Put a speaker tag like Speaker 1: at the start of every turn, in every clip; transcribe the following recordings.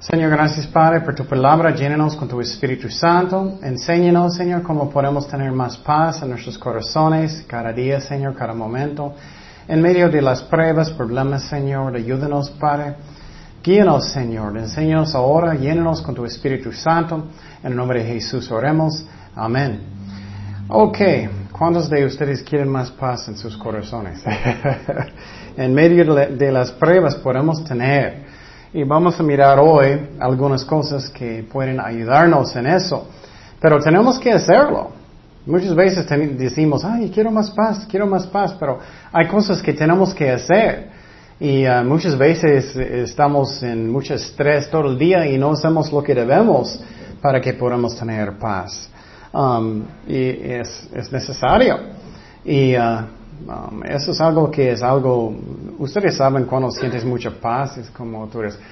Speaker 1: Señor, gracias Padre por tu palabra, llénanos con tu Espíritu Santo, enséñanos Señor cómo podemos tener más paz en nuestros corazones cada día Señor, cada momento, en medio de las pruebas, problemas Señor, ayúdanos Padre, guíanos Señor, enséñanos ahora, llénanos con tu Espíritu Santo, en el nombre de Jesús oremos, amén. Ok, ¿cuántos de ustedes quieren más paz en sus corazones? En medio de las pruebas podemos tener. Y vamos a mirar hoy algunas cosas que pueden ayudarnos en eso. Pero tenemos que hacerlo. Muchas veces decimos, ay, quiero más paz, pero hay cosas que tenemos que hacer. Y muchas veces estamos en mucho estrés todo el día y no hacemos lo que debemos para que podamos tener paz. Y es necesario. Y eso es algo, ustedes saben cuando sientes mucha paz, es como tú eres,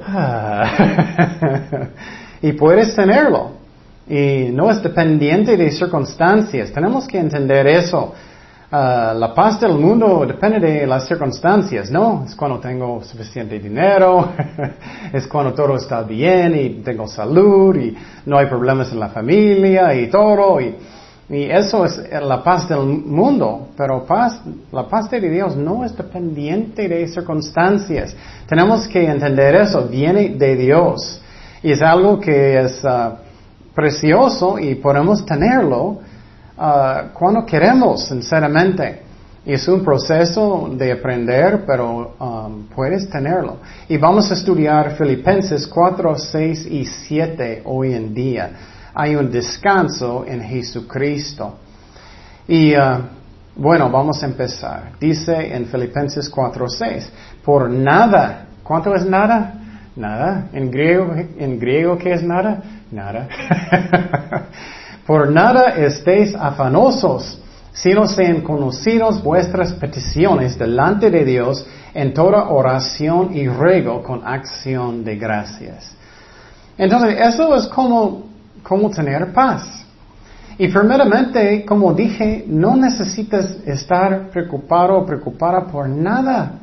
Speaker 1: y puedes tenerlo, y no es dependiente de circunstancias, tenemos que entender eso. La paz del mundo depende de las circunstancias, ¿no? Es cuando tengo suficiente dinero, es cuando todo está bien y tengo salud y no hay problemas en la familia y todo, y eso es la paz del mundo, pero la paz de Dios no es dependiente de circunstancias. Tenemos que entender eso, viene de Dios. Y es algo que es precioso y podemos tenerlo cuando queremos, sinceramente. Y es un proceso de aprender, pero puedes tenerlo. Y vamos a estudiar Filipenses 4, 6 y 7 hoy en día. Hay un descanso en Jesucristo. Y bueno, vamos a empezar. Dice en Filipenses 4:6, por nada. ¿Cuánto es nada? Nada. ¿En griego qué es nada? Nada. Por nada estéis afanosos, sino sean conocidos vuestras peticiones delante de Dios en toda oración y ruego con acción de gracias. Entonces, eso es como tener paz. Y primeramente, como dije, no necesitas estar preocupado o preocupada por nada.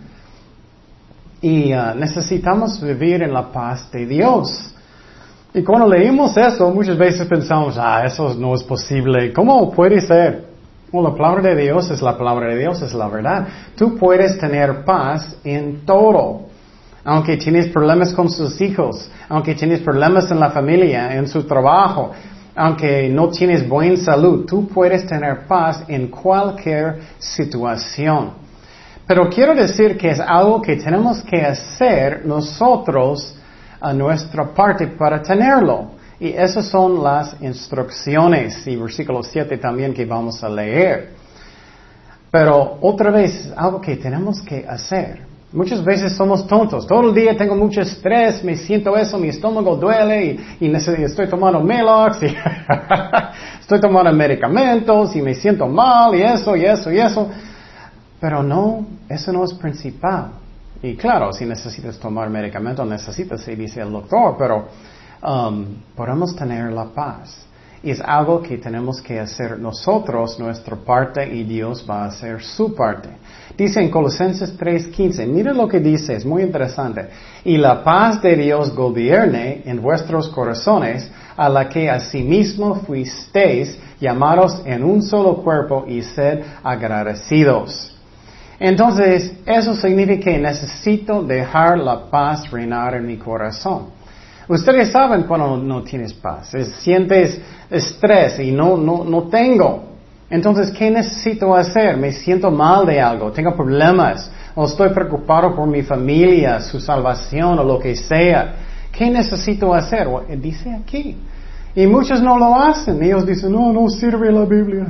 Speaker 1: Y necesitamos vivir en la paz de Dios. Y cuando leímos eso, muchas veces pensamos, eso no es posible. ¿Cómo puede ser? Bueno, la palabra de Dios es la palabra de Dios, es la verdad. Tú puedes tener paz en todo. Aunque tienes problemas con sus hijos, aunque tienes problemas en la familia, en su trabajo, aunque no tienes buena salud, tú puedes tener paz en cualquier situación. Pero quiero decir que es algo que tenemos que hacer nosotros a nuestra parte para tenerlo. Y esas son las instrucciones y versículo 7 también que vamos a leer. Pero otra vez, es algo que tenemos que hacer. Muchas veces somos tontos. Todo el día tengo mucho estrés, me siento eso, mi estómago duele y estoy tomando Melox y estoy tomando medicamentos y me siento mal y eso. Pero no, eso no es principal. Y claro, si necesitas tomar medicamentos, necesitas, dice el doctor, pero podemos tener la paz. Y es algo que tenemos que hacer nosotros, nuestra parte, y Dios va a hacer su parte. Dice en Colosenses 3:15, mira lo que dice, es muy interesante. Y la paz de Dios gobierne en vuestros corazones, a la que asimismo fuisteis llamados en un solo cuerpo y sed agradecidos. Entonces, eso significa que necesito dejar la paz reinar en mi corazón. Ustedes saben cuando no tienes paz, sientes estrés y no tengo. Entonces, ¿qué necesito hacer? Me siento mal de algo, tengo problemas, o estoy preocupado por mi familia, su salvación o lo que sea. ¿Qué necesito hacer? Dice aquí. Y muchos no lo hacen. Ellos dicen, no sirve la Biblia.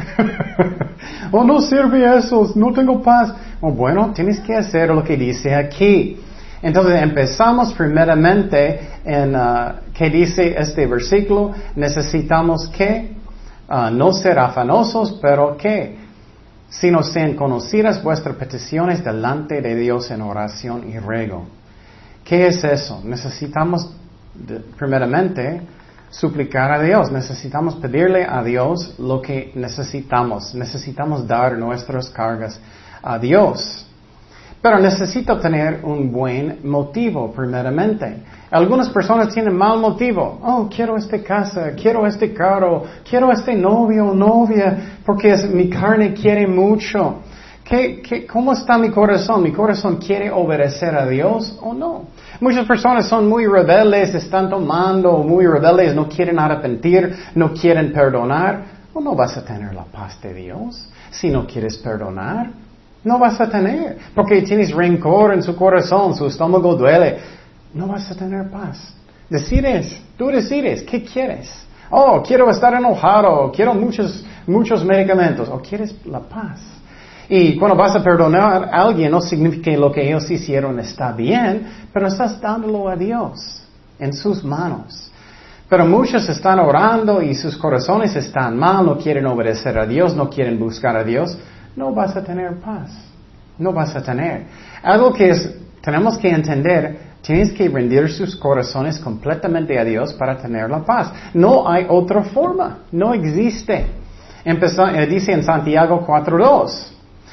Speaker 1: O no sirve eso, no tengo paz. Bueno, tienes que hacer lo que dice aquí. Entonces empezamos primeramente en, ¿qué dice este versículo? Necesitamos que no ser afanosos, pero que sino sean conocidas vuestras peticiones delante de Dios en oración y ruego. ¿Qué es eso? Necesitamos primeramente suplicar a Dios, necesitamos pedirle a Dios lo que necesitamos dar nuestras cargas a Dios. Pero necesito tener un buen motivo primeramente. Algunas personas tienen mal motivo. Oh, quiero esta casa, quiero este carro, quiero este novio o novia, porque mi carne quiere mucho. ¿Cómo está mi corazón? ¿Mi corazón quiere obedecer a Dios o no? Muchas personas son muy rebeldes, están tomando, muy rebeldes, no quieren arrepentir, no quieren perdonar. ¿O no vas a tener la paz de Dios si no quieres perdonar? No vas a tener, porque tienes rencor en su corazón, su estómago duele. No vas a tener paz. Tú decides, ¿qué quieres? Oh, quiero estar enojado, quiero muchos medicamentos, o quieres la paz. Y cuando vas a perdonar a alguien, no significa que lo que ellos hicieron está bien, pero estás dándolo a Dios, en sus manos. Pero muchos están orando y sus corazones están mal, no quieren obedecer a Dios, no quieren buscar a Dios. No vas a tener paz. No vas a tener. Algo que tenemos que entender, tienes que rendir sus corazones completamente a Dios para tener la paz. No hay otra forma. No existe. Dice en Santiago 4:2.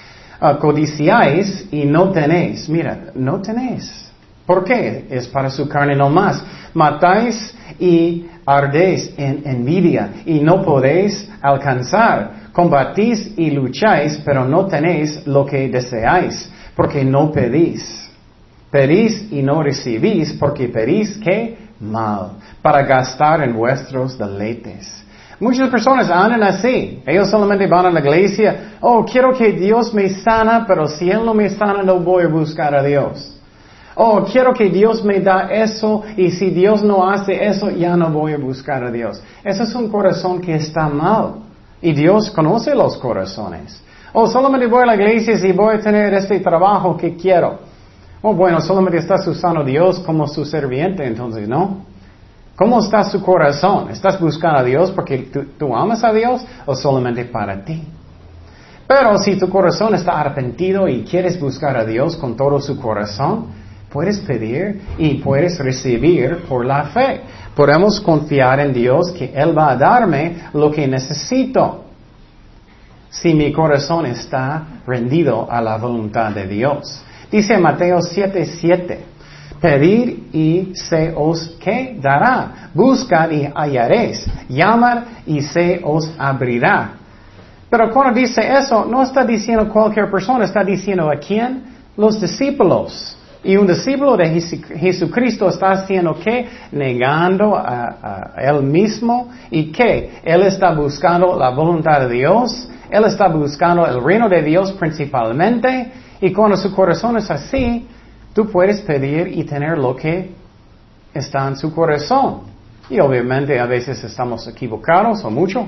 Speaker 1: Codiciáis y no tenéis. Mira, no tenéis. ¿Por qué? Es para su carne no más. Matáis y ardéis en envidia y no podéis alcanzar. Combatís y lucháis, pero no tenéis lo que deseáis, porque no pedís. Pedís y no recibís, porque pedís ¿qué? Mal, para gastar en vuestros deleites. Muchas personas andan así. Ellos solamente van a la iglesia. Oh, quiero que Dios me sana, pero si Él no me sana, no voy a buscar a Dios. Oh, quiero que Dios me da eso, y si Dios no hace eso, ya no voy a buscar a Dios. Ese es un corazón que está mal. Y Dios conoce los corazones. Oh, solamente voy a la iglesia si voy a tener este trabajo que quiero. Oh, bueno, solamente estás usando a Dios como su serviente, entonces, ¿no? ¿Cómo está su corazón? ¿Estás buscando a Dios porque tú amas a Dios o solamente para ti? Pero si tu corazón está arrepentido y quieres buscar a Dios con todo su corazón, puedes pedir y puedes recibir por la fe. Podemos confiar en Dios que Él va a darme lo que necesito si mi corazón está rendido a la voluntad de Dios. Dice Mateo 7:7. Pedir y se os ¿qué? Dará. Buscad y hallaréis. Llamad y se os abrirá. Pero cuando dice eso, no está diciendo cualquier persona, está diciendo ¿a quién? Los discípulos. Y un discípulo de Jesucristo está haciendo ¿qué? Negando a Él mismo. ¿Y qué? Él está buscando la voluntad de Dios. Él está buscando el reino de Dios principalmente. Y cuando su corazón es así, tú puedes pedir y tener lo que está en su corazón. Y obviamente a veces estamos equivocados o mucho.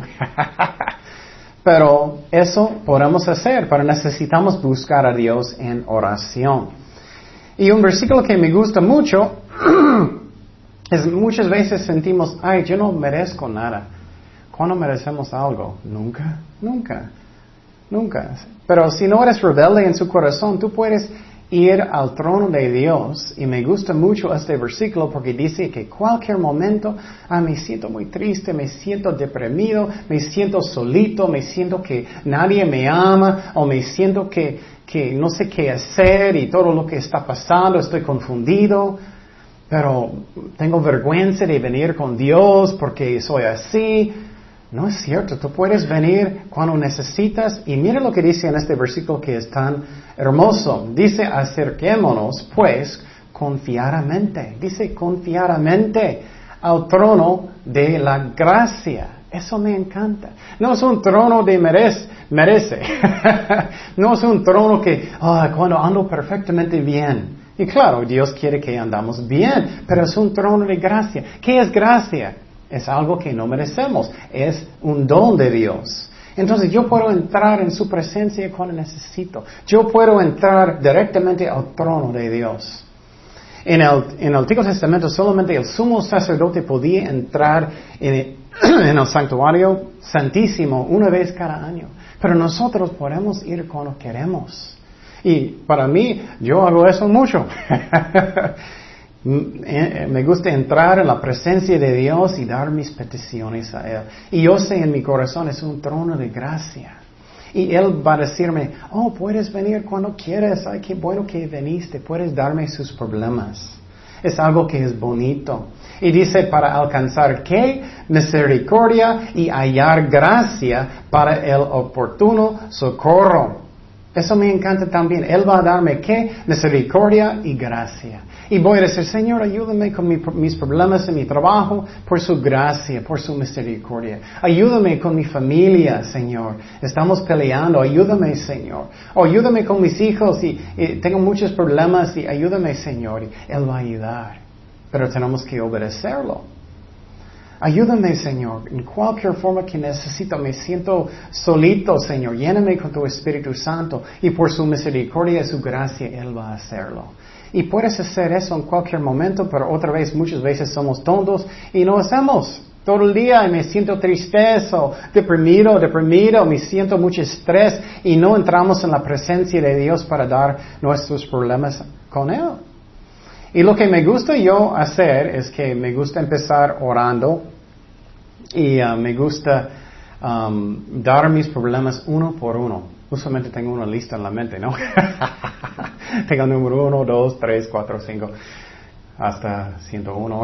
Speaker 1: Pero eso podemos hacer, pero necesitamos buscar a Dios en oración. Y un versículo que me gusta mucho es muchas veces sentimos, ay, yo no merezco nada. ¿Cuándo merecemos algo? Nunca, nunca, nunca. Pero si no eres rebelde en su corazón, tú puedes ir al trono de Dios. Y me gusta mucho este versículo porque dice que cualquier momento, me siento muy triste, me siento deprimido, me siento solito, me siento que nadie me ama, o me siento que no sé qué hacer y todo lo que está pasando, estoy confundido, pero tengo vergüenza de venir con Dios porque soy así. No es cierto, tú puedes venir cuando necesitas. Y mira lo que dice en este versículo que es tan hermoso. Dice, acerquémonos pues confiadamente. Dice confiadamente al trono de la gracia. Eso me encanta. No es un trono de merece. No es un trono que, cuando ando perfectamente bien. Y claro, Dios quiere que andamos bien, pero es un trono de gracia. ¿Qué es gracia? Es algo que no merecemos. Es un don de Dios. Entonces yo puedo entrar en su presencia cuando necesito. Yo puedo entrar directamente al trono de Dios. En el Antiguo Testamento solamente el sumo sacerdote podía entrar en el santuario santísimo una vez cada año. Pero nosotros podemos ir cuando queremos. Y para mí, yo hago eso mucho. Me gusta entrar en la presencia de Dios y dar mis peticiones a Él. Y yo sé en mi corazón es un trono de gracia. Y Él va a decirme, oh, puedes venir cuando quieras, ay, qué bueno que viniste, puedes darme sus problemas. Es algo que es bonito. Y dice, para alcanzar ¿qué? Misericordia y hallar gracia para el oportuno socorro. Eso me encanta también. Él va a darme ¿qué? Misericordia y gracia. Y voy a decir, Señor, ayúdame con mis problemas en mi trabajo por su gracia, por su misericordia. Ayúdame con mi familia, Señor. Estamos peleando, ayúdame, Señor. O ayúdame con mis hijos y tengo muchos problemas y ayúdame, Señor. Y Él va a ayudar. Pero tenemos que obedecerlo. Ayúdame, Señor, en cualquier forma que necesito. Me siento solito, Señor. Lléname con tu Espíritu Santo. Y por su misericordia y su gracia, Él va a hacerlo. Y puedes hacer eso en cualquier momento, pero otra vez, muchas veces somos tontos y no hacemos. Todo el día y me siento tristeza, o deprimido, me siento mucho estrés y no entramos en la presencia de Dios para dar nuestros problemas con Él. Y lo que me gusta yo hacer es que me gusta empezar orando y me gusta dar mis problemas uno por uno. Usualmente tengo una lista en la mente, ¿no? Tengo el número 1, 2, 3, 4, 5, hasta 101.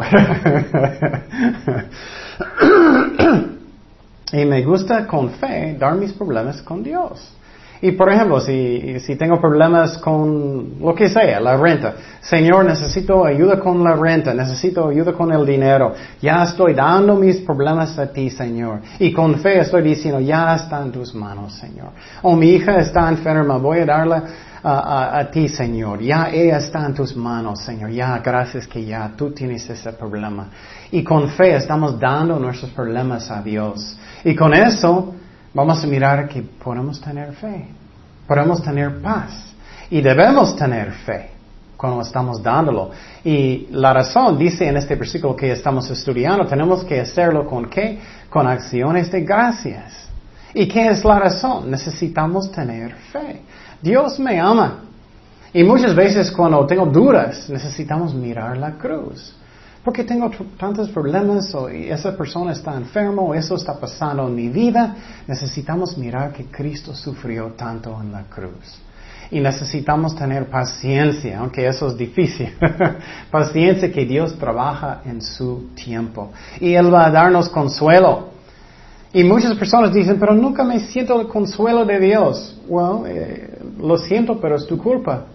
Speaker 1: Y me gusta con fe dar mis problemas con Dios. Y por ejemplo, si tengo problemas con lo que sea, la renta. Señor, necesito ayuda con la renta, necesito ayuda con el dinero. Ya estoy dando mis problemas a ti, Señor. Y con fe estoy diciendo, ya está en tus manos, Señor. O mi hija está enferma, voy a darla a ti, Señor. Ya ella está en tus manos, Señor. Ya, gracias que ya tú tienes ese problema. Y con fe estamos dando nuestros problemas a Dios. Y con eso vamos a mirar que podemos tener fe, podemos tener paz y debemos tener fe cuando estamos dándolo. Y la razón dice en este versículo que estamos estudiando, tenemos que hacerlo con ¿qué? Con acciones de gracias. ¿Y qué es la razón? Necesitamos tener fe. Dios me ama. Y muchas veces cuando tengo dudas, necesitamos mirar la cruz. Porque tengo tantos problemas, o esa persona está enferma, o eso está pasando en mi vida. Necesitamos mirar que Cristo sufrió tanto en la cruz. Y necesitamos tener paciencia, aunque eso es difícil. Paciencia que Dios trabaja en su tiempo. Y Él va a darnos consuelo. Y muchas personas dicen, pero nunca me siento el consuelo de Dios. Well, lo siento, pero es tu culpa.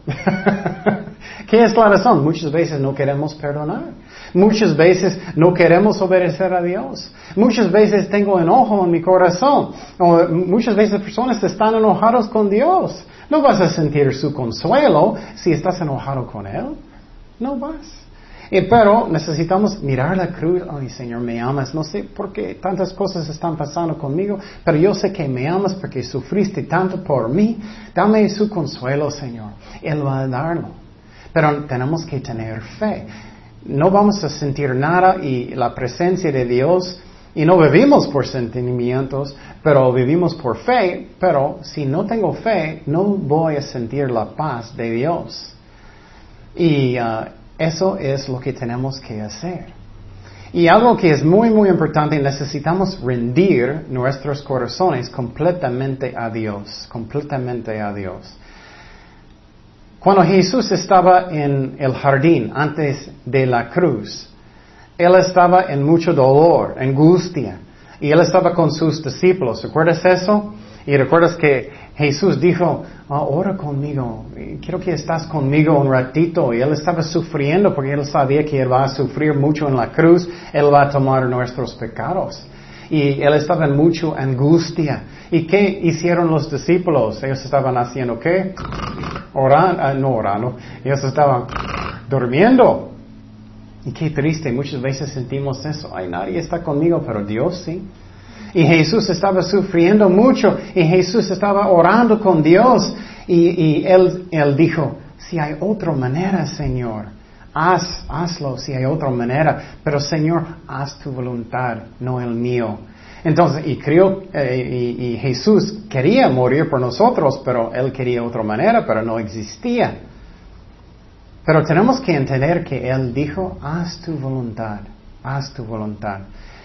Speaker 1: ¿Qué es la razón? Muchas veces no queremos perdonar. Muchas veces no queremos obedecer a Dios. Muchas veces tengo enojo en mi corazón. O muchas veces personas están enojados con Dios. No vas a sentir su consuelo si estás enojado con Él. No vas. Pero necesitamos mirar la cruz. Ay, Señor, me amas. No sé por qué tantas cosas están pasando conmigo, pero yo sé que me amas porque sufriste tanto por mí. Dame su consuelo, Señor. Él va a darlo. Pero tenemos que tener fe. No vamos a sentir nada y la presencia de Dios, y no vivimos por sentimientos, pero vivimos por fe. Pero si no tengo fe, no voy a sentir la paz de Dios. Y eso es lo que tenemos que hacer. Y algo que es muy, muy importante, necesitamos rendir nuestros corazones completamente a Dios, completamente a Dios. Cuando Jesús estaba en el jardín antes de la cruz, Él estaba en mucho dolor, angustia, y Él estaba con sus discípulos. ¿Recuerdas eso? Y recuerdas que Jesús dijo, ora conmigo, quiero que estás conmigo un ratito. Y Él estaba sufriendo porque Él sabía que Él va a sufrir mucho en la cruz. Él va a tomar nuestros pecados. Y Él estaba en mucha angustia. ¿Y qué hicieron los discípulos? Ellos estaban haciendo ¿qué? Orando. Ellos estaban durmiendo. Y qué triste, muchas veces sentimos eso. Ay, nadie está conmigo, pero Dios sí. Y Jesús estaba sufriendo mucho y Jesús estaba orando con Dios y él dijo, si hay otra manera, Señor, hazlo si hay otra manera, pero Señor, haz tu voluntad, no el mío. Entonces, y Jesús quería morir por nosotros, pero Él quería otra manera, pero no existía. Pero tenemos que entender que Él dijo, haz tu voluntad, haz tu voluntad.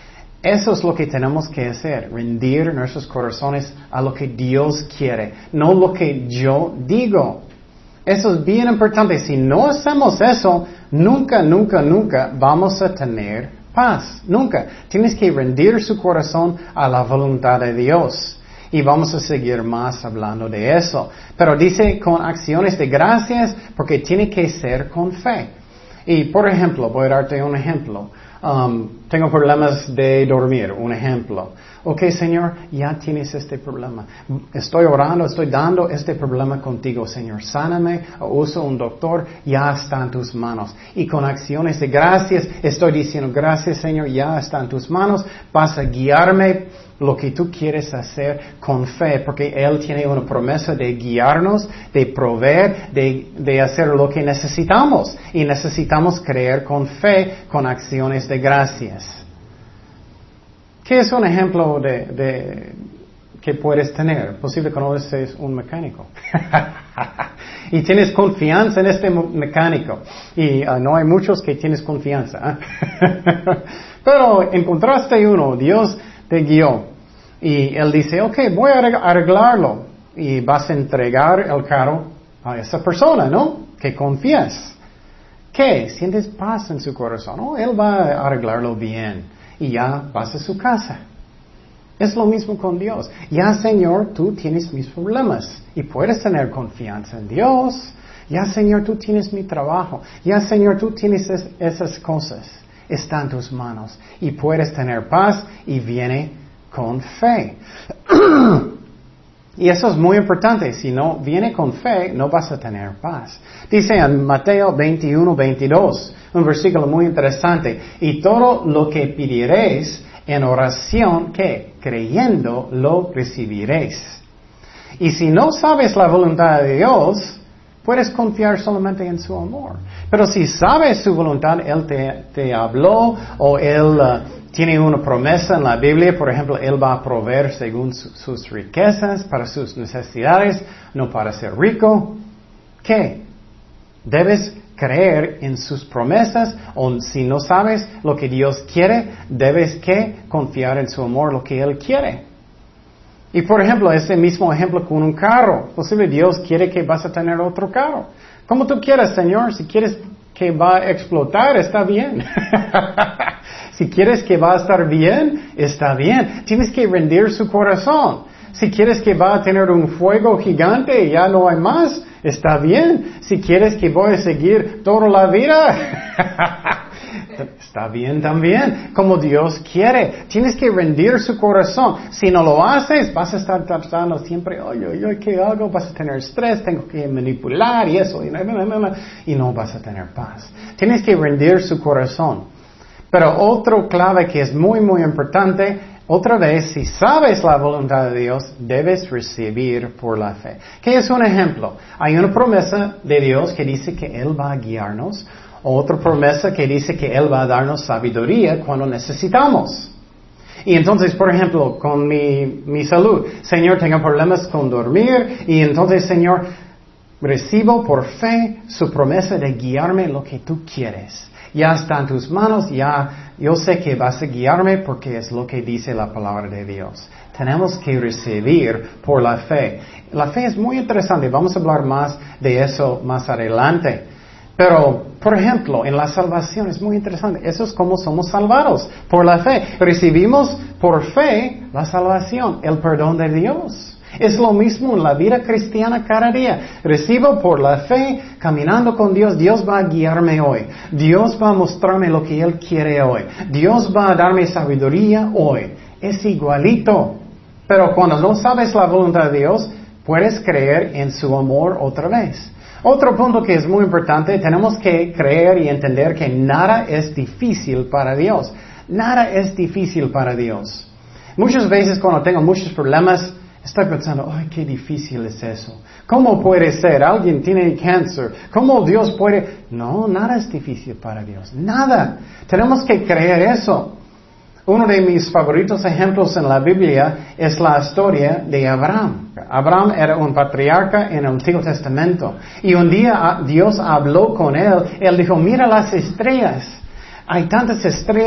Speaker 1: Eso es lo que tenemos que hacer, rendir nuestros corazones a lo que Dios quiere, no lo que yo digo. Eso es bien importante. Si no hacemos eso, nunca vamos a tener paz. Nunca. Tienes que rendir su corazón a la voluntad de Dios. Y vamos a seguir más hablando de eso. Pero dice con acciones de gracias porque tiene que ser con fe. Y por ejemplo, voy a darte un ejemplo. Tengo problemas de dormir, un ejemplo. Ok, Señor, ya tienes este problema. Estoy orando, estoy dando este problema contigo, Señor. Sáname, uso un doctor, ya está en tus manos. Y con acciones de gracias estoy diciendo, gracias, Señor, ya está en tus manos. Vas a guiarme lo que tú quieres hacer con fe, porque Él tiene una promesa de guiarnos, de proveer, de hacer lo que necesitamos. Y necesitamos creer con fe, con acciones de gracias. ¿Qué es un ejemplo que puedes tener? Posible que conoces un mecánico. Y tienes confianza en este mecánico. Y no hay muchos que tienes confianza. Pero encontraste uno, Dios te guió. Y Él dice, ok, voy a arreglarlo. Y vas a entregar el carro a esa persona, ¿no? Que confías. ¿Qué? Sientes paz en su corazón. Oh, Él va a arreglarlo bien. Y ya vas a su casa. Es lo mismo con Dios. Ya, Señor, tú tienes mis problemas. Y puedes tener confianza en Dios. Ya, Señor, tú tienes mi trabajo. Ya, Señor, tú tienes esas cosas. Está en tus manos. Y puedes tener paz y viene con fe. Y eso es muy importante. Si no viene con fe, no vas a tener paz. Dice en Mateo 21:22, un versículo muy interesante. Y todo lo que pidiereis en oración, ¿qué? Creyendo, lo recibiréis. Y si no sabes la voluntad de Dios, puedes confiar solamente en su amor. Pero si sabes su voluntad, Él te habló o Él tiene una promesa en la Biblia, por ejemplo, Él va a proveer según sus riquezas para sus necesidades, no para ser rico. ¿Qué? Debes creer en sus promesas, o si no sabes lo que Dios quiere, debes que confiar en su amor, lo que Él quiere. Y por ejemplo, ese mismo ejemplo con un carro. Posible Dios quiere que vas a tener otro carro. Como tú quieras, Señor. Si quieres que va a explotar, está bien. Si quieres que va a estar bien, está bien. Tienes que rendir su corazón. Si quieres que va a tener un fuego gigante y ya no hay más, está bien. Si quieres que voy a seguir toda la vida, está bien también. Como Dios quiere. Tienes que rendir su corazón. Si no lo haces, vas a estar tratando siempre, oye, ¿qué hago? Vas a tener estrés, tengo que manipular y eso. Y no vas a tener paz. Tienes que rendir su corazón. Pero otro clave que es muy, muy importante, otra vez, si sabes la voluntad de Dios, debes recibir por la fe. ¿Qué es un ejemplo? Hay una promesa de Dios que dice que Él va a guiarnos. Otra promesa que dice que Él va a darnos sabiduría cuando necesitamos. Y entonces, por ejemplo, con mi salud, Señor, tengo problemas con dormir, y entonces, Señor, recibo por fe su promesa de guiarme lo que tú quieres. Ya está en tus manos, ya yo sé que vas a guiarme porque es lo que dice la palabra de Dios. Tenemos que recibir por la fe. La fe es muy interesante, vamos a hablar más de eso más adelante. Pero, por ejemplo, en la salvación es muy interesante. Eso es como somos salvados, por la fe. Recibimos por fe la salvación, el perdón de Dios. Es lo mismo en la vida cristiana cada día. Recibo por la fe, caminando con Dios. Dios va a guiarme hoy. Dios va a mostrarme lo que Él quiere hoy. Dios va a darme sabiduría hoy. Es igualito. Pero cuando no sabes la voluntad de Dios, puedes creer en su amor otra vez. Otro punto que es muy importante, tenemos que creer y entender que nada es difícil para Dios. Nada es difícil para Dios. Muchas veces cuando tengo muchos problemas, estoy pensando, ay, qué difícil es eso. ¿Cómo puede ser? Alguien tiene cáncer. ¿Cómo Dios puede? No, nada es difícil para Dios. Nada. Tenemos que creer eso. Uno de mis favoritos ejemplos en la Biblia es la historia de Abraham. Abraham era un patriarca en el Antiguo Testamento. Y un día Dios habló con él. Él dijo, mira las estrellas. Hay tantas estrellas.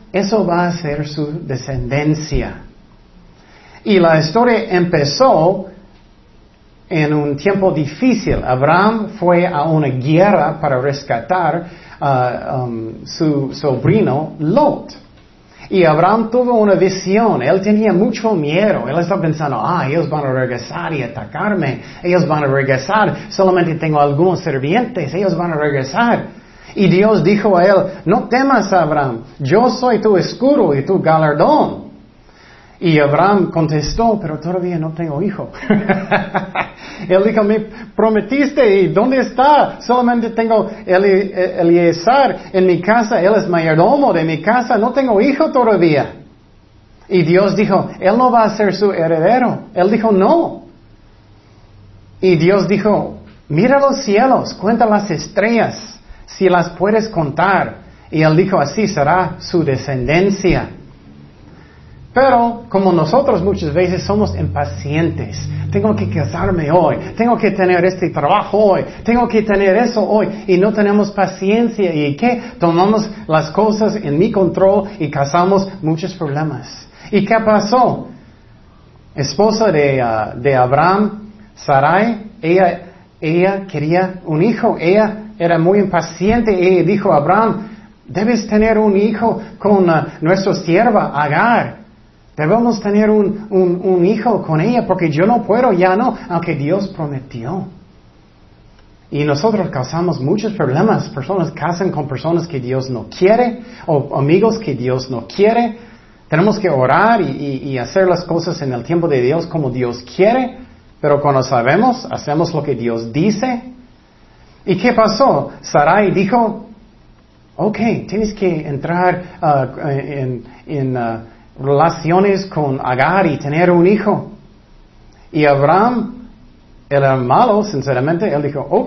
Speaker 1: eso va a ser su descendencia. Y la historia empezó en un tiempo difícil. Abraham fue a una guerra para rescatar a su sobrino Lot. Y Abraham tuvo una visión. Él tenía mucho miedo. Él estaba pensando, ellos van a regresar y atacarme. Ellos van a regresar. Solamente tengo algunos sirvientes. Ellos van a regresar. Y Dios dijo a él, no temas, Abraham. Yo soy tu escudo y tu galardón. Y Abraham contestó, pero todavía no tengo hijo. Él dijo, me prometiste, ¿y dónde está? Solamente tengo Eliezer en mi casa, él es mayordomo de mi casa, no tengo hijo todavía. Y Dios dijo, él no va a ser su heredero. Él dijo, no. Y Dios dijo, mira los cielos, cuenta las estrellas, si las puedes contar. Y él dijo, así será su descendencia. Pero como nosotros muchas veces somos impacientes, tengo que casarme hoy, tengo que tener este trabajo hoy, tengo que tener eso hoy, y no tenemos paciencia, y ¿qué? Tomamos las cosas en mi control y causamos muchos problemas. ¿Y qué pasó? Esposa de Abraham, Sarai, ella quería un hijo, ella era muy impaciente, ella dijo a Abraham, debes tener un hijo con nuestra sierva Agar. Debemos tener un hijo con ella porque yo no puedo, ya no, aunque Dios prometió. Y nosotros causamos muchos problemas. Personas casan con personas que Dios no quiere o amigos que Dios no quiere. Tenemos que orar y hacer las cosas en el tiempo de Dios como Dios quiere. Pero cuando sabemos, hacemos lo que Dios dice. ¿Y qué pasó? Sarai dijo, tienes que entrar en relaciones con Agar y tener un hijo. Y Abraham, él era malo, sinceramente, él dijo,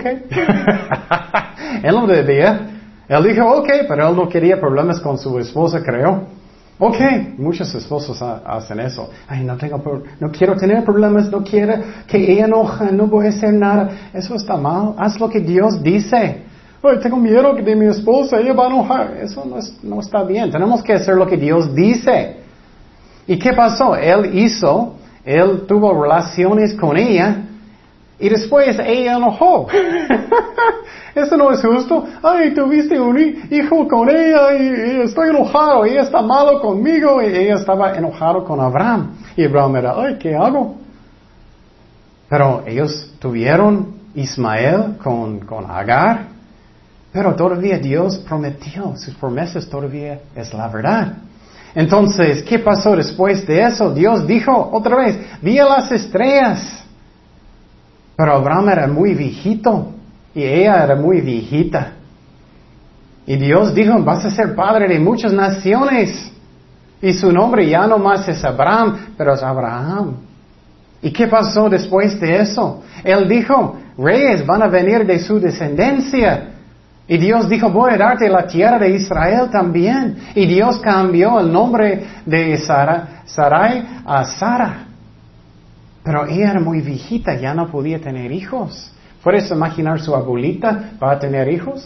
Speaker 1: él no debía. Él dijo, pero él no quería problemas con su esposa, creo. Muchos esposos hacen eso. No quiero tener problemas, no quiero que ella enoje, no voy a hacer nada. Eso está mal. Haz lo que Dios dice. Tengo miedo de mi esposa, ella va a enojar. Eso no está bien. Tenemos que hacer lo que Dios dice. ¿Y qué pasó? Él tuvo relaciones con ella y después ella enojó. Eso no es justo. Tuviste un hijo con ella y estoy enojado. Ella está malo conmigo y ella estaba enojado con Abraham. Y Abraham era, ¿qué hago? Pero ellos tuvieron Ismael con Agar. Pero todavía Dios prometió. Sus promesas todavía es la verdad. Entonces, ¿qué pasó después de eso? Dios dijo otra vez, vi a las estrellas. Pero Abraham era muy viejito y ella era muy viejita. Y Dios dijo, vas a ser padre de muchas naciones. Y su nombre ya no más es Abraham, pero es Abraham. ¿Y qué pasó después de eso? Él dijo, reyes van a venir de su descendencia. Y Dios dijo, voy a darte la tierra de Israel también. Y Dios cambió el nombre de Sarai a Sara. Pero ella era muy viejita, ya no podía tener hijos. ¿Puedes imaginar su abuelita va a tener hijos?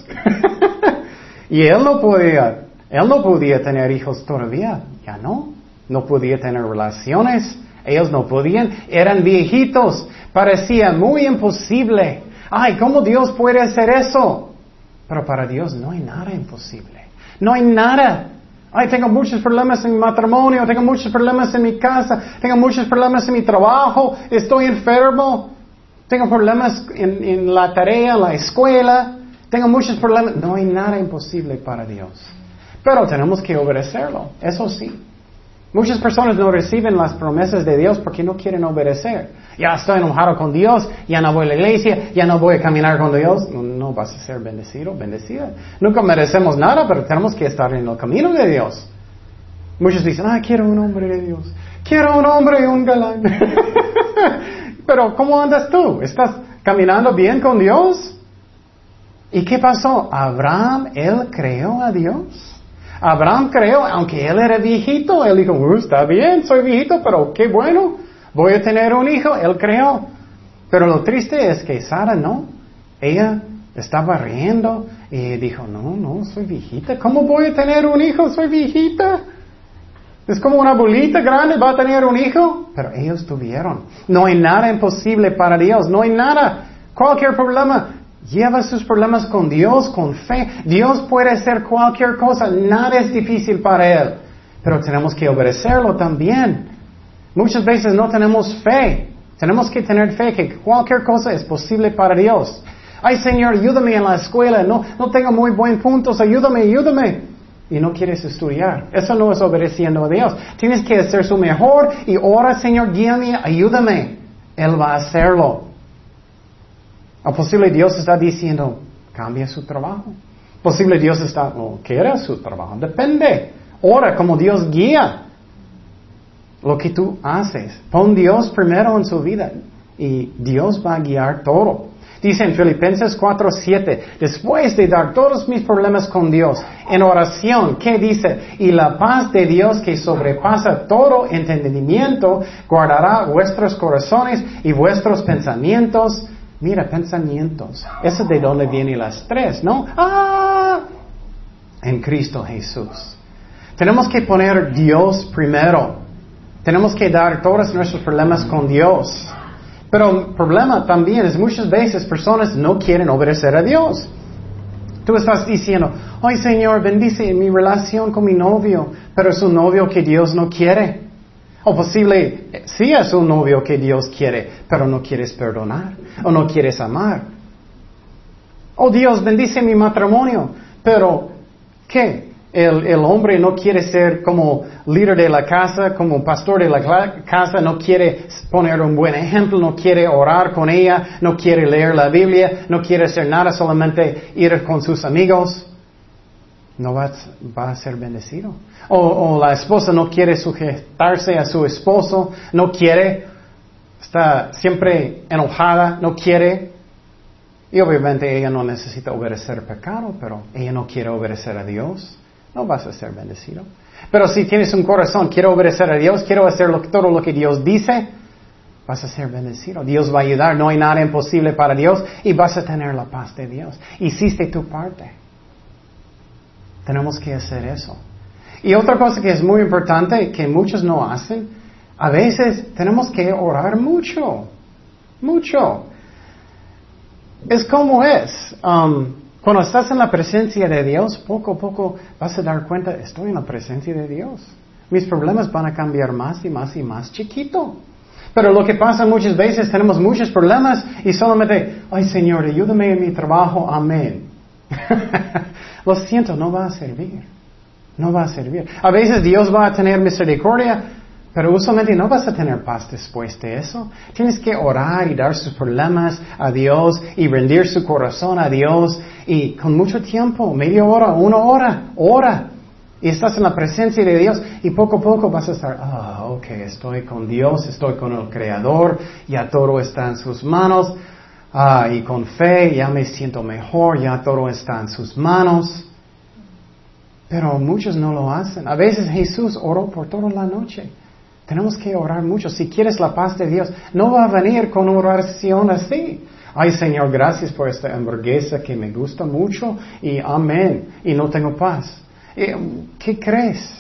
Speaker 1: Y él no podía tener hijos todavía, ya no. No podía tener relaciones, ellos no podían, eran viejitos. Parecía muy imposible. ¿Cómo Dios puede hacer eso? Pero para Dios no hay nada imposible. No hay nada. Tengo muchos problemas en mi matrimonio, tengo muchos problemas en mi casa, tengo muchos problemas en mi trabajo, estoy enfermo, tengo problemas en la tarea, en la escuela, tengo muchos problemas. No hay nada imposible para Dios. Pero tenemos que obedecerlo, eso sí. Muchas personas no reciben las promesas de Dios porque no quieren obedecer. Ya estoy enojado con Dios, ya no voy a la iglesia, ya no voy a caminar con Dios. No vas a ser bendecido, bendecida. Nunca merecemos nada, pero tenemos que estar en el camino de Dios. Muchos dicen, quiero un hombre de Dios. Quiero un hombre y un galán. Pero ¿cómo andas tú? ¿Estás caminando bien con Dios? ¿Y qué pasó? Abraham, él creó a Dios. Abraham creó, aunque él era viejito, él dijo, está bien, soy viejito, pero qué bueno, voy a tener un hijo, él creó. Pero lo triste es que Sara no, ella estaba riendo, Y dijo, no, soy viejita. ¿Cómo voy a tener un hijo? Soy viejita. Es como una abuelita grande, va a tener un hijo. Pero ellos tuvieron. No hay nada imposible para Dios. No hay nada. Cualquier problema. Lleva sus problemas con Dios, con fe. Dios puede hacer cualquier cosa. Nada es difícil para Él. Pero tenemos que obedecerlo también. Muchas veces no tenemos fe. Tenemos que tener fe que cualquier cosa es posible para Dios. Ay, Señor, ayúdame en la escuela. No tengo muy buenos puntos. Ayúdame. Y no quieres estudiar. Eso no es obedeciendo a Dios. Tienes que hacer su mejor y ora, Señor, guíame, ayúdame. Él va a hacerlo. O posible Dios está diciendo, cambia su trabajo. Posible Dios está, no quiere su trabajo. Depende. Ora como Dios guía lo que tú haces. Pon Dios primero en su vida y Dios va a guiar todo. Dice en Filipenses 4:7, después de dar todos mis problemas con Dios, en oración, ¿qué dice? Y la paz de Dios que sobrepasa todo entendimiento, guardará vuestros corazones y vuestros pensamientos. Mira, pensamientos. Eso es de donde vienen las tres, ¿no? En Cristo Jesús. Tenemos que poner Dios primero. Tenemos que dar todos nuestros problemas con Dios. Pero el problema también es muchas veces personas no quieren obedecer a Dios. Tú estás diciendo, ay Señor, bendice mi relación con mi novio, pero es un novio que Dios no quiere. O posible, sí es un novio que Dios quiere, pero no quieres perdonar, o no quieres amar. Oh Dios, bendice mi matrimonio, pero ¿qué? El hombre no quiere ser como líder de la casa, como pastor de la casa, no quiere poner un buen ejemplo, no quiere orar con ella, no quiere leer la Biblia, no quiere hacer nada, solamente ir con sus amigos. No va a ser bendecido. O la esposa no quiere sujetarse a su esposo, no quiere, está siempre enojada, no quiere. Y obviamente ella no necesita obedecer pecado, pero ella no quiere obedecer a Dios. No vas a ser bendecido. Pero si tienes un corazón, quiero obedecer a Dios, quiero hacer todo lo que Dios dice, vas a ser bendecido. Dios va a ayudar, no hay nada imposible para Dios y vas a tener la paz de Dios. Hiciste tu parte. Tenemos que hacer eso. Y otra cosa que es muy importante, que muchos no hacen, a veces tenemos que orar mucho. Es como es. Cuando estás en la presencia de Dios, poco a poco vas a dar cuenta, estoy en la presencia de Dios. Mis problemas van a cambiar más y más y más chiquito. Pero lo que pasa muchas veces, tenemos muchos problemas y solamente, ay Señor, ayúdame en mi trabajo, amén. Lo siento, no va a servir. No va a servir. A veces Dios va a tener misericordia, pero usualmente no vas a tener paz después de eso. Tienes que orar y dar sus problemas a Dios y rendir su corazón a Dios. Y con mucho tiempo, media hora, 1 hora, ora. Y estás en la presencia de Dios y poco a poco vas a estar, ok, estoy con Dios, estoy con el Creador, ya todo está en sus manos. Y con fe ya me siento mejor, ya todo está en sus manos. Pero muchos no lo hacen. A veces Jesús oró por toda la noche. Tenemos que orar mucho. Si quieres la paz de Dios, no va a venir con una oración así. Ay, Señor, gracias por esta hamburguesa que me gusta mucho y amén. Y no tengo paz. ¿Qué crees?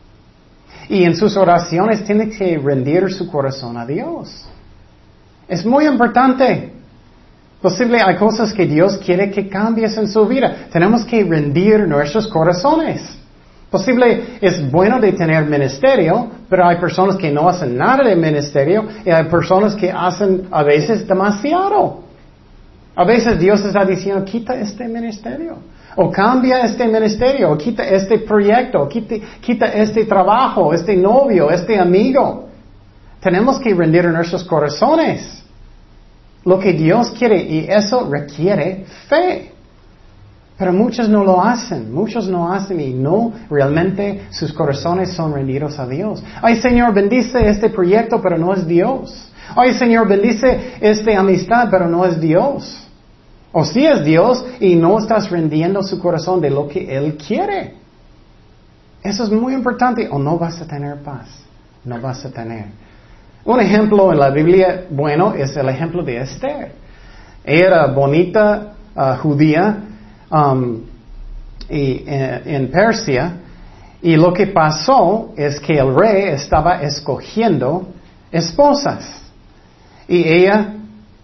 Speaker 1: Y en sus oraciones tiene que rendir su corazón a Dios. Es muy importante. Posible hay cosas que Dios quiere que cambies en su vida. Tenemos que rendir nuestros corazones. Posible es bueno de tener ministerio, pero hay personas que no hacen nada de ministerio y hay personas que hacen a veces demasiado. A veces Dios está diciendo, quita este ministerio, o cambia este ministerio, o quita este proyecto, o quita este trabajo, este novio, este amigo. Tenemos que rendir nuestros corazones lo que Dios quiere y eso requiere fe. Pero muchos no lo hacen y no realmente sus corazones son rendidos a Dios. Ay Señor, bendice este proyecto, pero no es Dios. Ay Señor, bendice esta amistad, pero no es Dios. O sí es Dios y no estás rendiendo su corazón de lo que Él quiere. Eso es muy importante o no vas a tener paz. No vas a tener. Un ejemplo en la Biblia, bueno, es el ejemplo de Esther. Ella era bonita, judía, en Persia, y lo que pasó es que el rey estaba escogiendo esposas. Y ella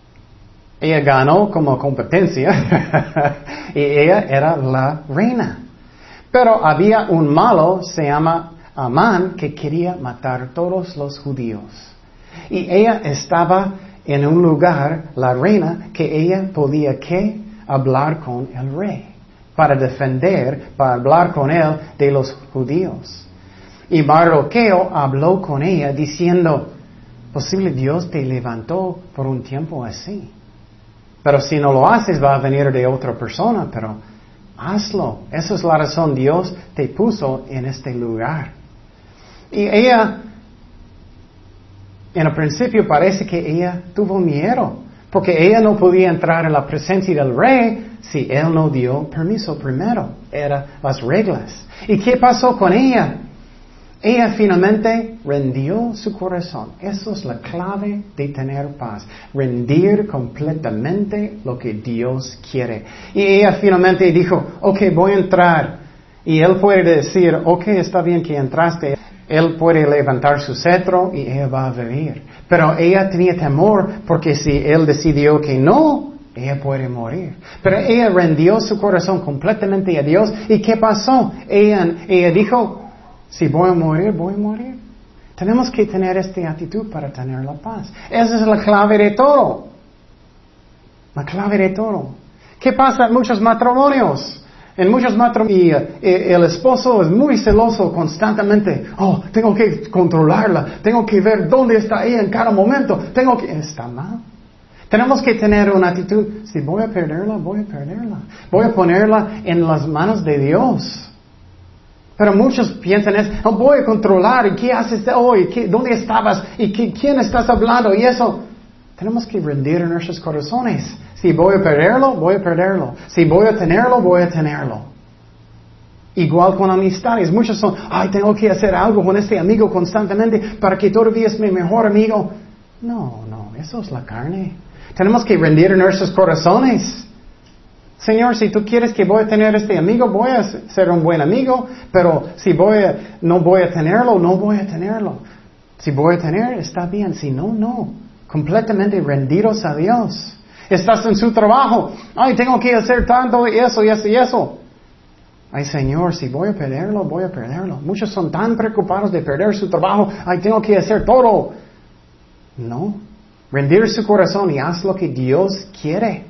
Speaker 1: ganó como competencia y ella era la reina. Pero había un malo, se llama Amán, que quería matar todos los judíos. Y ella estaba en un lugar, la reina, que ella podía ¿qué? Hablar con el rey, para hablar con él de los judíos. Y Mardoqueo habló con ella diciendo, posible Dios te levantó por un tiempo así. Pero si no lo haces va a venir de otra persona, pero hazlo. Esa es la razón Dios te puso en este lugar. Y ella, en el principio parece que ella tuvo miedo, porque ella no podía entrar en la presencia del rey si él no dio permiso primero. Eran las reglas. ¿Y qué pasó con ella? Ella finalmente rendió su corazón. Eso es la clave de tener paz. Rendir completamente lo que Dios quiere. Y ella finalmente dijo, ok, voy a entrar. Y él puede decir, ok, está bien que entraste. Él puede levantar su cetro y ella va a vivir. Pero ella tenía temor porque si él decidió que no, ella puede morir. Pero ella rendió su corazón completamente a Dios. ¿Y qué pasó? Ella dijo, si voy a morir, voy a morir. Tenemos que tener esta actitud para tener la paz. Esa es la clave de todo. La clave de todo. ¿Qué pasa en muchos matrimonios? En muchos matrimonios el esposo es muy celoso constantemente. Oh, tengo que controlarla. Tengo que ver dónde está ella en cada momento. Está mal. Tenemos que tener una actitud. Si voy a perderla, voy a perderla. Voy a ponerla en las manos de Dios. Pero muchos piensan voy a controlar, ¿y qué haces hoy? ¿Dónde estabas? ¿Y quién estás hablando? Y eso, tenemos que rendir en nuestros corazones. Si voy a perderlo, voy a perderlo. Si voy a tenerlo, voy a tenerlo. Igual con amistades. Muchos son, tengo que hacer algo con este amigo constantemente para que todavía es mi mejor amigo. No, eso es la carne. Tenemos que rendir en nuestros corazones. Señor, si tú quieres que voy a tener este amigo, voy a ser un buen amigo, pero si no voy a tenerlo, no voy a tenerlo. Si voy a tener, está bien. Si no, no. Completamente rendidos a Dios. Estás en su trabajo. Tengo que hacer tanto y eso y eso y eso. Señor, si voy a perderlo, voy a perderlo. Muchos son tan preocupados de perder su trabajo. Tengo que hacer todo. No. Rendir su corazón y haz lo que Dios quiere.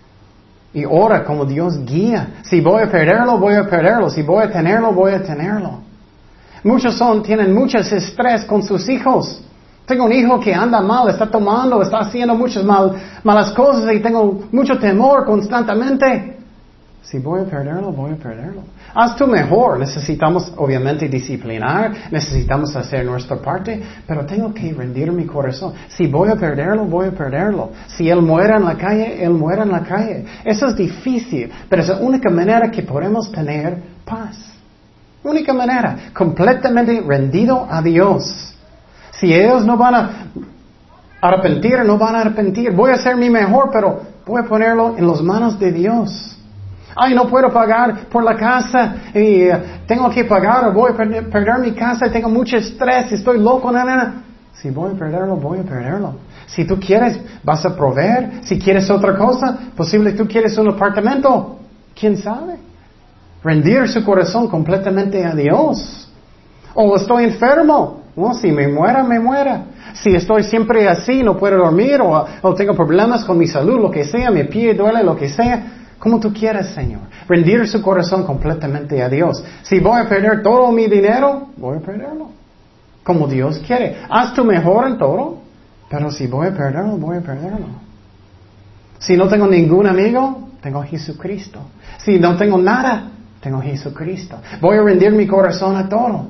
Speaker 1: Y ora como Dios guía. Si voy a perderlo, voy a perderlo. Si voy a tenerlo, voy a tenerlo. Muchos tienen mucho estrés con sus hijos. Tengo un hijo que anda mal, está tomando, está haciendo muchas malas cosas y tengo mucho temor constantemente. Si voy a perderlo, voy a perderlo. Haz tú mejor. Necesitamos, obviamente, disciplinar. Necesitamos hacer nuestra parte. Pero tengo que rendir mi corazón. Si voy a perderlo, voy a perderlo. Si él muere en la calle, él muere en la calle. Eso es difícil. Pero es la única manera que podemos tener paz. Única manera. Completamente rendido a Dios. Si ellos no van a arrepentir, no van a arrepentir. Voy a hacer mi mejor, pero voy a ponerlo en las manos de Dios. No puedo pagar por la casa y tengo que pagar o voy a perder mi casa, tengo mucho estrés, estoy loco, nena. Si voy a perderlo, voy a perderlo. Si tú quieres, vas a proveer. Si quieres otra cosa, posible tú quieres un apartamento. ¿Quién sabe? Rendir su corazón completamente a Dios. O estoy enfermo. Si me muera, me muera. Si estoy siempre así, no puedo dormir o tengo problemas con mi salud, lo que sea, mi pie duele, lo que sea. Como tú quieras, Señor. Rendir su corazón completamente a Dios. Si voy a perder todo mi dinero, voy a perderlo. Como Dios quiere. Haz tu mejor en todo. Pero si voy a perderlo, voy a perderlo. Si no tengo ningún amigo, tengo Jesucristo. Si no tengo nada, tengo Jesucristo. Voy a rendir mi corazón a todo.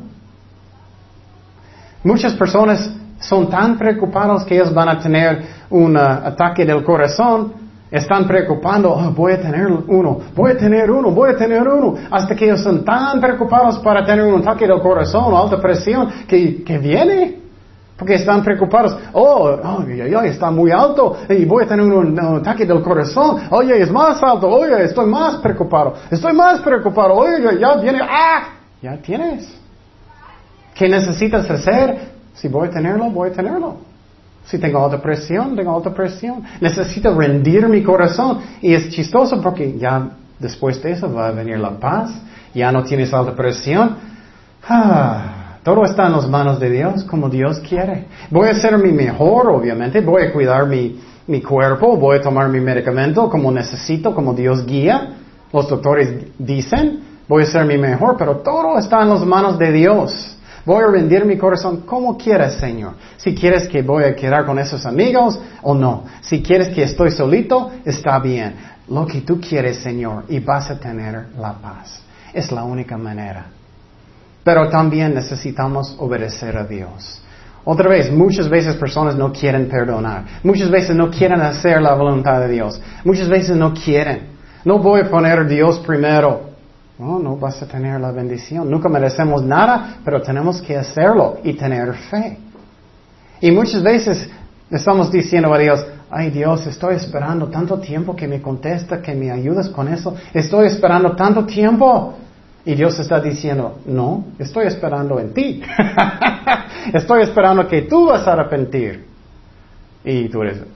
Speaker 1: Muchas personas son tan preocupados que ellos van a tener un ataque del corazón. Están preocupando, voy a tener uno, voy a tener uno, voy a tener uno. Hasta que ellos son tan preocupados para tener un ataque del corazón o alta presión que viene. Porque están preocupados. Está muy alto y voy a tener un ataque del corazón. Oye, es más alto. Oye, estoy más preocupado. Oye, ya viene. Ya tienes. ¿Qué necesitas hacer? Si voy a tenerlo, voy a tenerlo. Si tengo alta presión, tengo alta presión. Necesito rendir mi corazón. Y es chistoso porque ya después de eso va a venir la paz. Ya no tienes alta presión. Todo está en las manos de Dios, como Dios quiere. Voy a hacer mi mejor, obviamente. Voy a cuidar mi cuerpo. Voy a tomar mi medicamento como necesito, como Dios guía. Los doctores dicen. Voy a hacer mi mejor, pero todo está en las manos de Dios. Voy a rendir mi corazón como quieras, Señor. Si quieres que voy a quedar con esos amigos o no. Si quieres que estoy solito, está bien. Lo que tú quieres, Señor, y vas a tener la paz. Es la única manera. Pero también necesitamos obedecer a Dios. Otra vez, muchas veces personas no quieren perdonar. Muchas veces no quieren hacer la voluntad de Dios. Muchas veces no quieren. No voy a poner a Dios primero. No vas a tener la bendición. Nunca merecemos nada, pero tenemos que hacerlo y tener fe. Y muchas veces estamos diciendo a Dios, ay Dios, estoy esperando tanto tiempo que me contesta, que me ayudas con eso. Estoy esperando tanto tiempo. Y Dios está diciendo, no, estoy esperando en ti. Estoy esperando que tú vas a arrepentir. Y tú eres,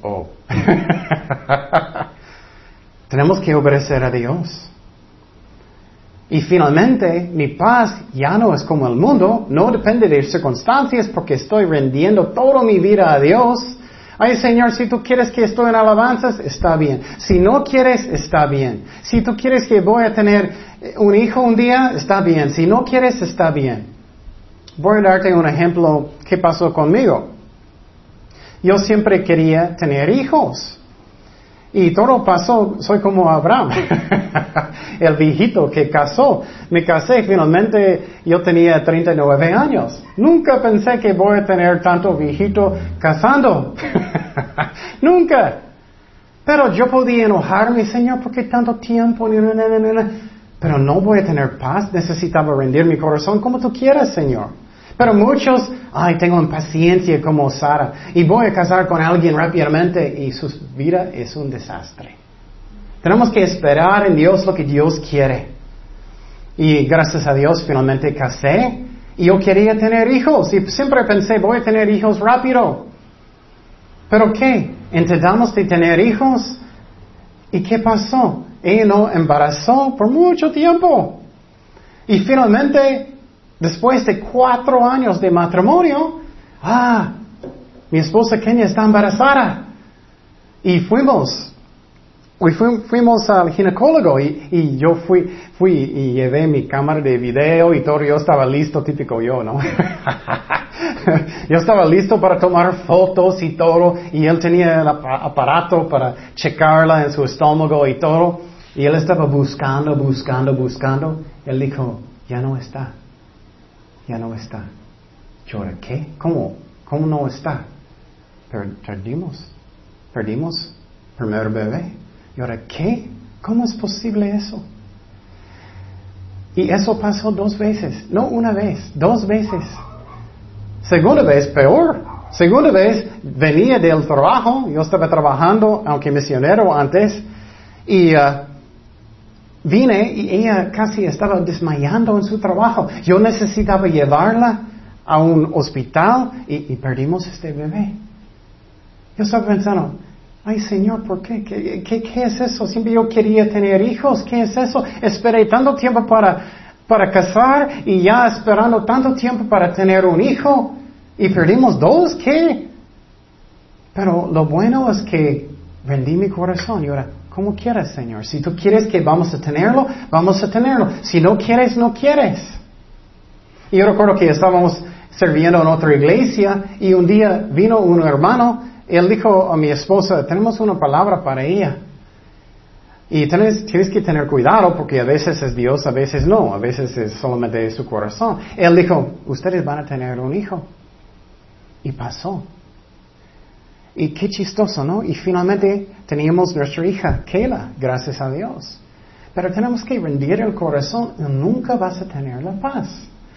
Speaker 1: Tenemos que obedecer a Dios. Y finalmente, mi paz ya no es como el mundo, no depende de circunstancias porque estoy rendiendo toda mi vida a Dios. Ay, Señor, si tú quieres que estoy en alabanzas, está bien. Si no quieres, está bien. Si tú quieres que voy a tener un hijo un día, está bien. Si no quieres, está bien. Voy a darte un ejemplo que pasó conmigo. Yo siempre quería tener hijos. Y todo pasó, soy como Abraham, el viejito que casó. Me casé, finalmente yo tenía 39 años. Nunca pensé que voy a tener tanto viejito casando. Nunca. Pero yo podía enojarme, Señor, ¿por qué tanto tiempo? Pero no voy a tener paz, necesitaba rendir mi corazón como tú quieras, Señor. Pero muchos, tengo impaciencia como Sara y voy a casar con alguien rápidamente y su vida es un desastre. Tenemos que esperar en Dios lo que Dios quiere. Y gracias a Dios finalmente casé y yo quería tener hijos y siempre pensé voy a tener hijos rápido. ¿Pero qué? Intentamos de tener hijos y ¿qué pasó? Ella no embarazó por mucho tiempo. Y finalmente, después de 4 años de matrimonio, mi esposa Kenia está embarazada. Y fuimos al ginecólogo y yo fui y llevé mi cámara de video y todo, yo estaba listo, típico yo, ¿no? Yo estaba listo para tomar fotos y todo, y él tenía el aparato para checarla en su estómago y todo, y él estaba buscando. Él dijo, ya no está. Yo, ¿qué? ¿Cómo no está? Perdimos primer bebé. Y ahora, ¿qué? ¿Cómo es posible eso? Y eso pasó 2 veces. No una vez, 2 veces. Segunda vez, peor. Segunda vez, venía del trabajo. Yo estaba trabajando, aunque misionero antes. Y vine y ella casi estaba desmayando en su trabajo. Yo necesitaba llevarla a un hospital y perdimos este bebé. Yo estaba pensando, ay Señor, ¿por qué? ¿Qué es eso? Siempre yo quería tener hijos. ¿Qué es eso? Esperé tanto tiempo para casar y ya esperando tanto tiempo para tener un hijo y perdimos 2. ¿Qué? Pero lo bueno es que rendí mi corazón y ahora, como quieras, Señor. Si tú quieres que vamos a tenerlo, vamos a tenerlo. Si no quieres, no quieres. Y yo recuerdo que estábamos sirviendo en otra iglesia y un día vino un hermano. Él dijo a mi esposa, tenemos una palabra para ella. Y tienes que tener cuidado porque a veces es Dios, a veces no. A veces es solamente de su corazón. Él dijo, ustedes van a tener un hijo. Y pasó. Y qué chistoso, ¿no? Y finalmente teníamos nuestra hija, Kayla, gracias a Dios. Pero tenemos que rendir el corazón y nunca vas a tener la paz.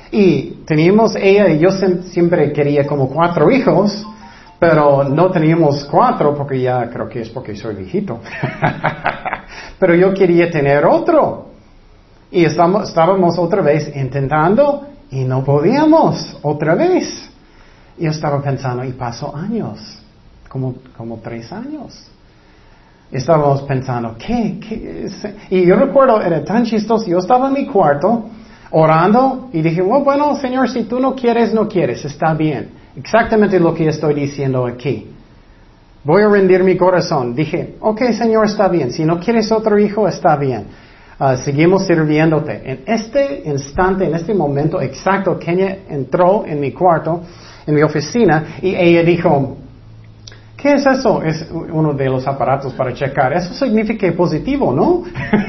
Speaker 1: Y teníamos ella y yo siempre quería como 4 hijos, pero no teníamos 4 porque ya creo que es porque soy viejito. Pero yo quería tener otro. Y estábamos otra vez intentando y no podíamos otra vez. Yo estaba pensando, y pasó años, como 3 años. Estábamos pensando, ¿qué? Y yo recuerdo, era tan chistoso, yo estaba en mi cuarto orando y dije, bueno, Señor, si tú no quieres, no quieres, está bien. Exactamente lo que estoy diciendo aquí. Voy a rendir mi corazón. Dije, ok, Señor, está bien. Si no quieres otro hijo, está bien. Seguimos sirviéndote. En este instante, en este momento exacto, Kenia entró en mi cuarto, en mi oficina, y ella dijo, ¿qué es eso? Es uno de los aparatos para checar. Eso significa positivo, ¿no?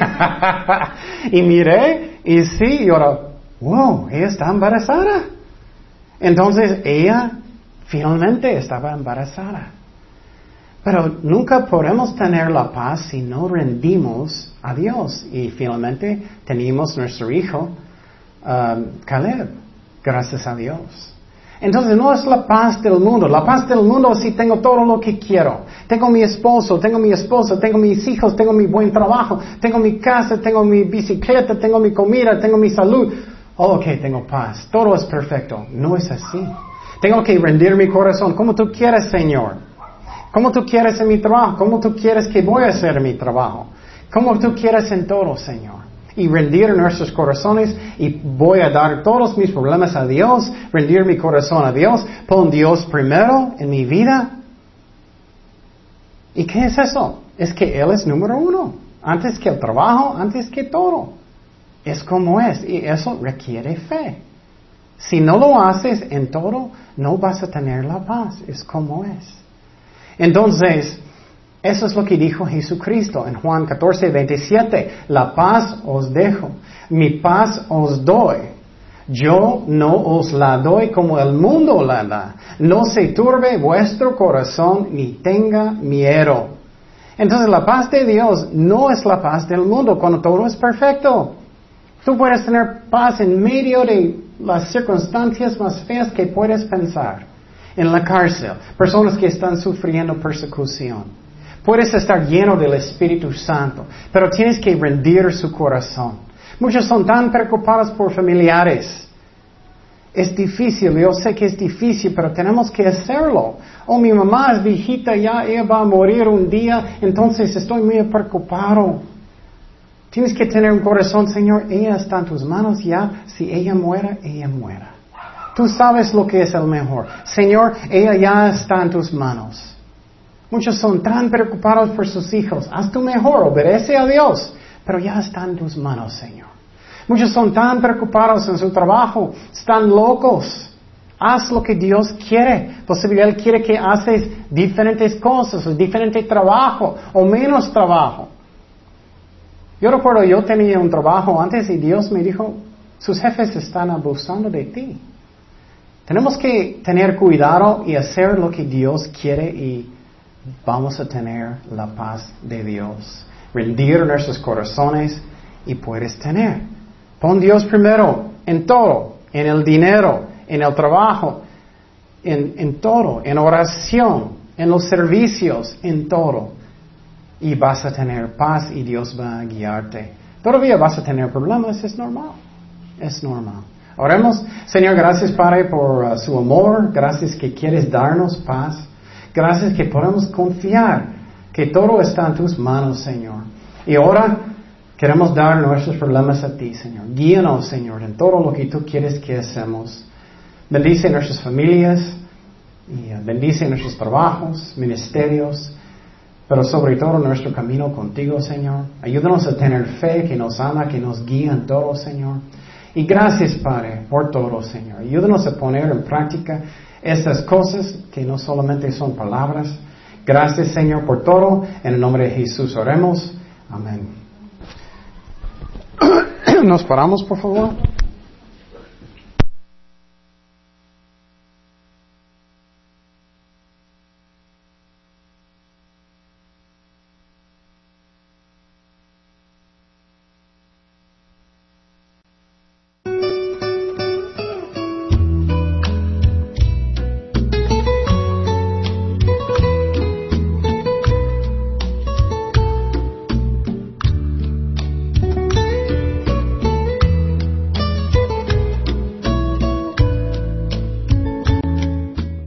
Speaker 1: Y miré, y sí, y ahora, wow, ella está embarazada. Entonces, ella finalmente estaba embarazada. Pero nunca podemos tener la paz si no rendimos a Dios. Y finalmente tenemos nuestro hijo, Caleb, gracias a Dios. Entonces no es la paz del mundo. La paz del mundo es si tengo todo lo que quiero. Tengo mi esposo, tengo mi esposa, tengo mis hijos, tengo mi buen trabajo, tengo mi casa, tengo mi bicicleta, tengo mi comida, tengo mi salud. Oh, ok, tengo paz. Todo es perfecto. No es así. Tengo que rendir mi corazón. Como tú quieres, Señor. Como tú quieres en mi trabajo. Como tú quieres que voy a hacer mi trabajo. Como tú quieres en todo, Señor. Y rendir nuestros corazones y voy a dar todos mis problemas a Dios, rendir mi corazón a Dios, pon Dios primero en mi vida. ¿Y qué es eso? Es que Él es número 1, antes que el trabajo, antes que todo. Es como es y eso requiere fe. Si no lo haces en todo, no vas a tener la paz, es como es. Entonces, eso es lo que dijo Jesucristo en Juan 14:27. La paz os dejo, mi paz os doy. Yo no os la doy como el mundo la da. No se turbe vuestro corazón ni tenga miedo. Entonces la paz de Dios no es la paz del mundo cuando todo es perfecto. Tú puedes tener paz en medio de las circunstancias más feas que puedes pensar. En la cárcel, personas que están sufriendo persecución. Puedes estar lleno del Espíritu Santo, pero tienes que rendir su corazón. Muchos son tan preocupados por familiares. Es difícil, yo sé que es difícil, pero tenemos que hacerlo. Oh, mi mamá es viejita, ya ella va a morir un día, entonces estoy muy preocupado. Tienes que tener un corazón, Señor, ella está en tus manos ya, si ella muera, ella muera. Tú sabes lo que es el mejor. Señor, ella ya está en tus manos. Muchos son tan preocupados por sus hijos. Haz tu mejor, obedece a Dios, pero ya está en tus manos, Señor. Muchos son tan preocupados en su trabajo, están locos. Haz lo que Dios quiere. Posible Él quiere que haces diferentes cosas, o diferente trabajo, o menos trabajo. Yo recuerdo, yo tenía un trabajo antes y Dios me dijo, sus jefes están abusando de ti. Tenemos que tener cuidado y hacer lo que Dios quiere y vamos a tener la paz de Dios. Rendir nuestros corazones y puedes tener. Pon Dios primero en todo, en el dinero, en el trabajo, en todo, en oración, en los servicios, en todo. Y vas a tener paz y Dios va a guiarte. Todavía vas a tener problemas, es normal. Es normal. Oremos. Señor, gracias Padre por su amor. Gracias que quieres darnos paz. Gracias que podemos confiar que todo está en tus manos, Señor. Y ahora queremos dar nuestros problemas a ti, Señor. Guíanos, Señor, en todo lo que tú quieres que hacemos. Bendice nuestras familias y bendice nuestros trabajos, ministerios, pero sobre todo nuestro camino contigo, Señor. Ayúdanos a tener fe que nos ama, que nos guía en todo, Señor. Y gracias, Padre, por todo, Señor. Ayúdanos a poner en práctica estas cosas que no solamente son palabras. Gracias, Señor, por todo. En el nombre de Jesús oremos. Amén. Nos paramos, por favor.